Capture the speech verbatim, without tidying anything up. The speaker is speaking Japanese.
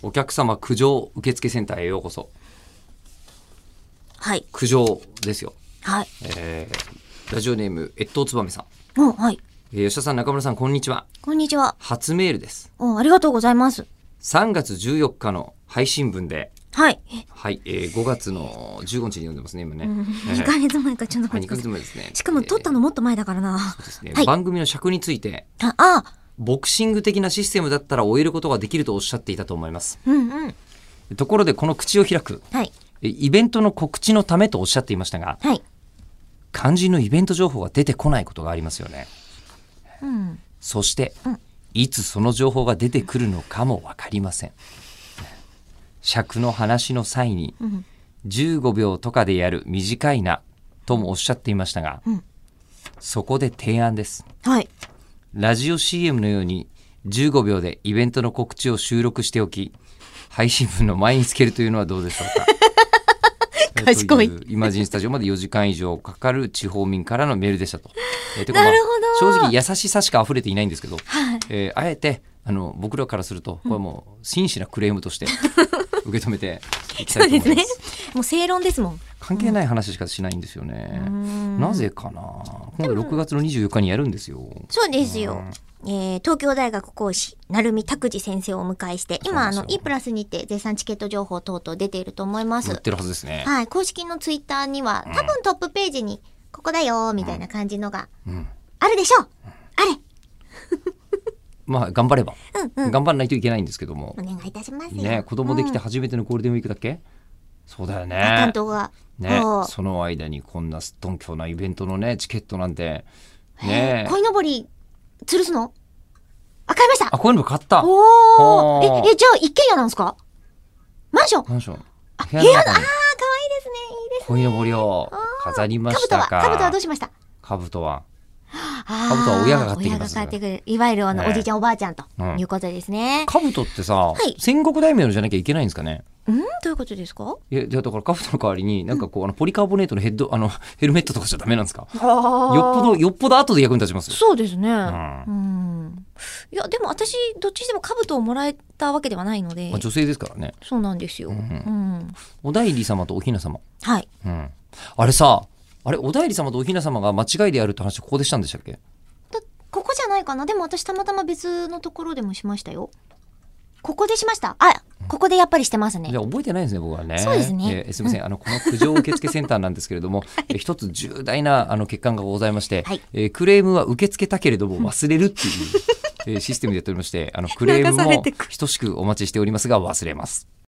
お客様苦情受付センターへようこそ。 はい。 苦情ですよ。 はい。 えー、ラジオネーム越冬つばめさん。 うん、はい。 えー、吉田さん、中村さん、こんにちは。 こんにちは。 初メールです。 うん、ありがとうございます。 さんがつじゅうよっかの配信分で、 はい。 はい、えー、ごがつのじゅうごにちに読んでますね、今ね。 うん、 えーにかげつまえかちょっとはい、にか待ってください。 げつまえですね。 しかも撮ったのもっと前だからな。 そうですね、 はい番組の尺について、 あ、あ、 ボクシング的なシステムだったら終えることができるとおっしゃっていたと思います。 うんうん。 ところでこの口を開く、 はい。 えイベントの告知のためとおっしゃっていましたが、 はい。 肝心のイベント情報が出てこないことがありますよね。 うん。 そして、 うんいつその情報が出てくるのかも分かりません。尺の話の際にうん。 じゅうごびょうとかでやる短いなともおっしゃっていましたが、 うんそこで提案です。 はい。 ラジオ シーエム のようにじゅうごびょうでイベントの告知を収録しておき、配信分の前につけるというのはどうでしょうか。 賢いとうイマジンスタジオまでよじかん以上かかる地方民からのメールでしたと。えーてかまあなるほど。 正直優しさしか溢れていないんですけど、 はい。 えーあえてあの僕らからするとこれはもう真摯なクレームとして受け止めていきたそういと思います。 ですね。もう正論ですもん。 関係ない話しかしないんですよね。 うんなぜかな。今度ろくがつのにじゅうよっかにやるんですよ。 そうですよ。えー、東京大学講師成海拓司先生をお迎えして今あのそうなんですよ E プラスにて絶賛チケット情報等々出ていると思います載ってるはずですね。 はい、公式のツイッターには多分トップページにここだよみたいな感じのがうんあるでしょう、あれまあ頑張れば、 うんうん頑張らないといけないんですけどもお願いいたしますよね、子供できてうん初めてのゴールデンウィークだっけ、そうだよね。 担当がねそうその間にこんなすっとんきょうなイベントのねチケットなんてえねー鯉のぼり吊るすのあ、買いましたあ、こういうの買った。 おーあーえ、え、じゃあ一軒家なんですかマンションマンションあ、 部部屋の、あー、可愛い屋の中にですねいいです鯉のぼりを飾りましたか。 兜は兜はどうしました兜はあ兜は親が買ってきます親が買ってくるいわゆるあの、 ねおじいちゃんおばあちゃんとうんいうことですね、 兜ってさ、 い戦国大名のじゃなきゃいけないんですかね。 うんどういうことですかいや、だから兜の代わりになんかこう、あのポリカーボネートのヘッドあのヘルメットとかじゃダメなんですか。 あーよっぽどよっぽど後で役に立ちますよ。 そうですねんうんいやでも私どっちにしても兜をもらえたわけではないので、 まあ、女性ですからね。 そうなんですよ、 ううんんお内裏様とお雛様、 はいうん、あれさあれお内裏様とお雛様が間違いであるって話ここでしたんでしたっけ。 だここじゃないかな。でも私たまたま別のところでもしましたよ。ここでしました。あ、ここでやっぱりしてますねじゃあ覚えてないんですね僕はね。 そうですねえーすみません、あのこの苦情受付センターなんですけれども、えー一つ重大なあの欠陥がございまして、 はいえークレームは受け付けたけれども忘れるっていう、えーシステムでやっておりまして、あのクレームも流されてく等しくお待ちしておりますが忘れます。